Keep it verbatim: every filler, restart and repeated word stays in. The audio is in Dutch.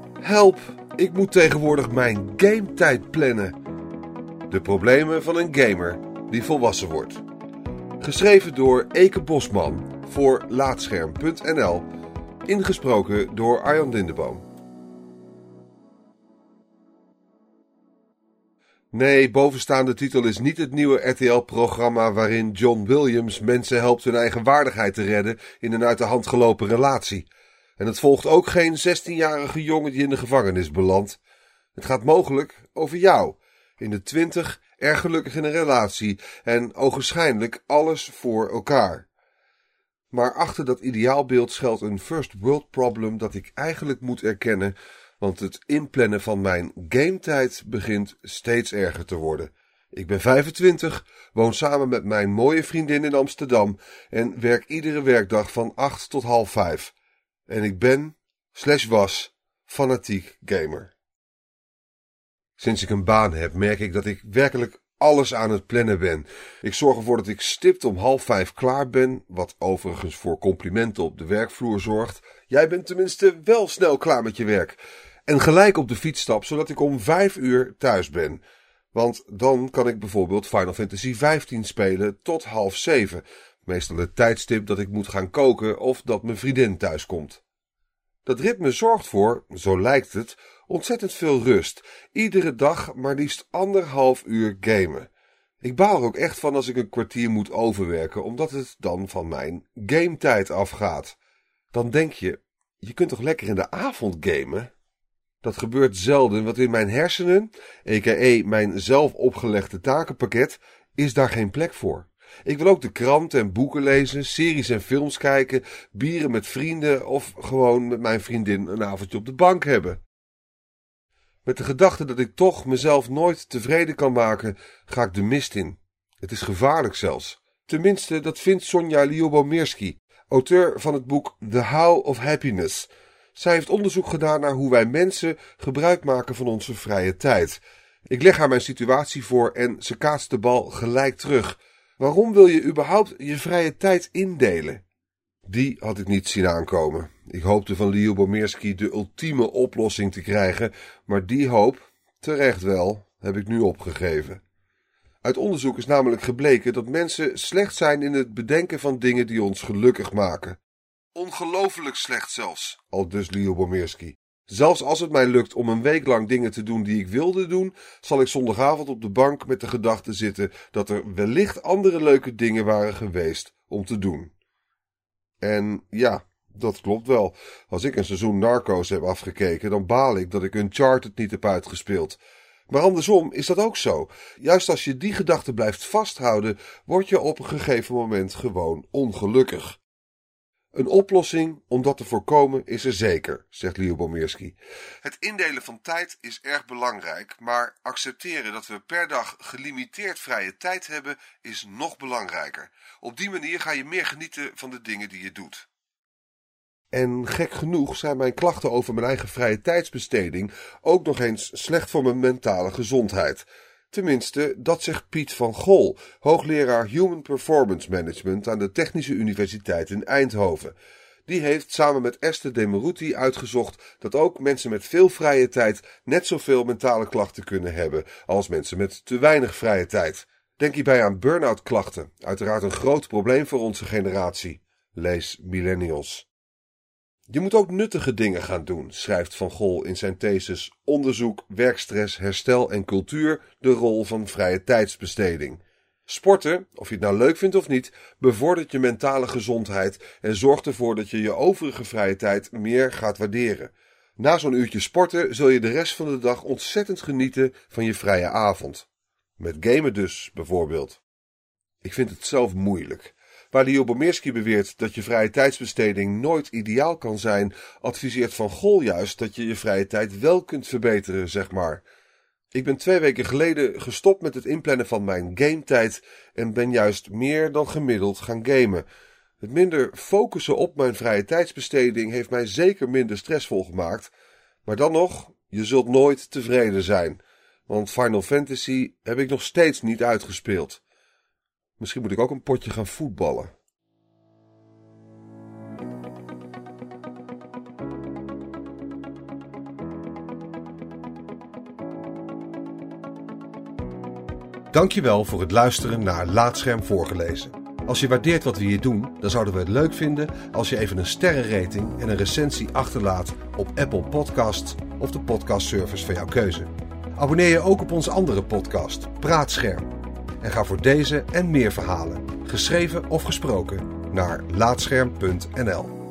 Help, ik moet tegenwoordig mijn gametijd plannen. De problemen van een gamer die volwassen wordt. Geschreven door Eke Bosman voor Laatscherm punt n l. Ingesproken door Arjan Lindeboom. Nee, bovenstaande titel is niet het nieuwe R T L-programma waarin John Williams mensen helpt hun eigen waardigheid te redden in een uit de hand gelopen relatie. En het volgt ook geen zestienjarige jongen die in de gevangenis belandt. Het gaat mogelijk over jou, in de twintig, erg gelukkig in een relatie en ogenschijnlijk alles voor elkaar. Maar achter dat ideaalbeeld schuilt een first world problem dat ik eigenlijk moet erkennen, want het inplannen van mijn gametijd begint steeds erger te worden. Ik ben vijfentwintig, woon samen met mijn mooie vriendin in Amsterdam en werk iedere werkdag van acht tot half vijf. En ik ben, slash was, fanatiek gamer. Sinds ik een baan heb, merk ik dat ik werkelijk alles aan het plannen ben. Ik zorg ervoor dat ik stipt om half vijf klaar ben, wat overigens voor complimenten op de werkvloer zorgt. Jij bent tenminste wel snel klaar met je werk. En gelijk op de fiets stap, zodat ik om vijf uur thuis ben. Want dan kan ik bijvoorbeeld Final Fantasy vijftien spelen tot half zeven. Meestal het tijdstip dat ik moet gaan koken of dat mijn vriendin thuis komt. Dat ritme zorgt voor, zo lijkt het, ontzettend veel rust. Iedere dag maar liefst anderhalf uur gamen. Ik baal er ook echt van als ik een kwartier moet overwerken, omdat het dan van mijn gametijd afgaat. Dan denk je, je kunt toch lekker in de avond gamen? Dat gebeurt zelden, want in mijn hersenen, aka mijn zelf opgelegde takenpakket, is daar geen plek voor. Ik wil ook de krant en boeken lezen, series en films kijken, bieren met vrienden of gewoon met mijn vriendin een avondje op de bank hebben. Met de gedachte dat ik toch mezelf nooit tevreden kan maken, ga ik de mist in. Het is gevaarlijk zelfs. Tenminste, dat vindt Sonja Lyubomirsky, auteur van het boek The How of Happiness. Zij heeft onderzoek gedaan naar hoe wij mensen gebruik maken van onze vrije tijd. Ik leg haar mijn situatie voor en ze kaatst de bal gelijk terug. Waarom wil je überhaupt je vrije tijd indelen? Die had ik niet zien aankomen. Ik hoopte van Lyubomirsky de ultieme oplossing te krijgen, maar die hoop, terecht wel, heb ik nu opgegeven. Uit onderzoek is namelijk gebleken dat mensen slecht zijn in het bedenken van dingen die ons gelukkig maken. Ongelooflijk slecht zelfs, aldus Lyubomirsky. Zelfs als het mij lukt om een week lang dingen te doen die ik wilde doen, zal ik zondagavond op de bank met de gedachte zitten dat er wellicht andere leuke dingen waren geweest om te doen. En ja, dat klopt wel. Als ik een seizoen Narcos heb afgekeken, dan baal ik dat ik Uncharted niet heb uitgespeeld. Maar andersom is dat ook zo. Juist als je die gedachte blijft vasthouden, word je op een gegeven moment gewoon ongelukkig. Een oplossing om dat te voorkomen is er zeker, zegt Lyubomirsky. Het indelen van tijd is erg belangrijk, maar accepteren dat we per dag gelimiteerd vrije tijd hebben is nog belangrijker. Op die manier ga je meer genieten van de dingen die je doet. En gek genoeg zijn mijn klachten over mijn eigen vrije tijdsbesteding ook nog eens slecht voor mijn mentale gezondheid. Tenminste, dat zegt Piet van Gol, hoogleraar Human Performance Management aan de Technische Universiteit in Eindhoven. Die heeft samen met Esther Demeruti uitgezocht dat ook mensen met veel vrije tijd net zoveel mentale klachten kunnen hebben als mensen met te weinig vrije tijd. Denk hierbij aan burn-out klachten, uiteraard een groot probleem voor onze generatie. Lees millennials. Je moet ook nuttige dingen gaan doen, schrijft Van Gol in zijn thesis Onderzoek, werkstress, herstel en cultuur, de rol van vrije tijdsbesteding. Sporten, of je het nou leuk vindt of niet, bevordert je mentale gezondheid en zorgt ervoor dat je je overige vrije tijd meer gaat waarderen. Na zo'n uurtje sporten zul je de rest van de dag ontzettend genieten van je vrije avond. Met gamen dus, bijvoorbeeld. Ik vind het zelf moeilijk. Waar Lyubomirsky beweert dat je vrije tijdsbesteding nooit ideaal kan zijn, adviseert Van Gol juist dat je je vrije tijd wel kunt verbeteren, zeg maar. Ik ben twee weken geleden gestopt met het inplannen van mijn gametijd en ben juist meer dan gemiddeld gaan gamen. Het minder focussen op mijn vrije tijdsbesteding heeft mij zeker minder stressvol gemaakt, maar dan nog, je zult nooit tevreden zijn, want Final Fantasy heb ik nog steeds niet uitgespeeld. Misschien moet ik ook een potje gaan voetballen. Dankjewel voor het luisteren naar Laatscherm voorgelezen. Als je waardeert wat we hier doen, dan zouden we het leuk vinden als je even een sterrenrating en een recensie achterlaat op Apple Podcasts of de podcastservice van jouw keuze. Abonneer je ook op onze andere podcast, Praatscherm. En ga voor deze en meer verhalen, geschreven of gesproken, naar laatscherm punt n l.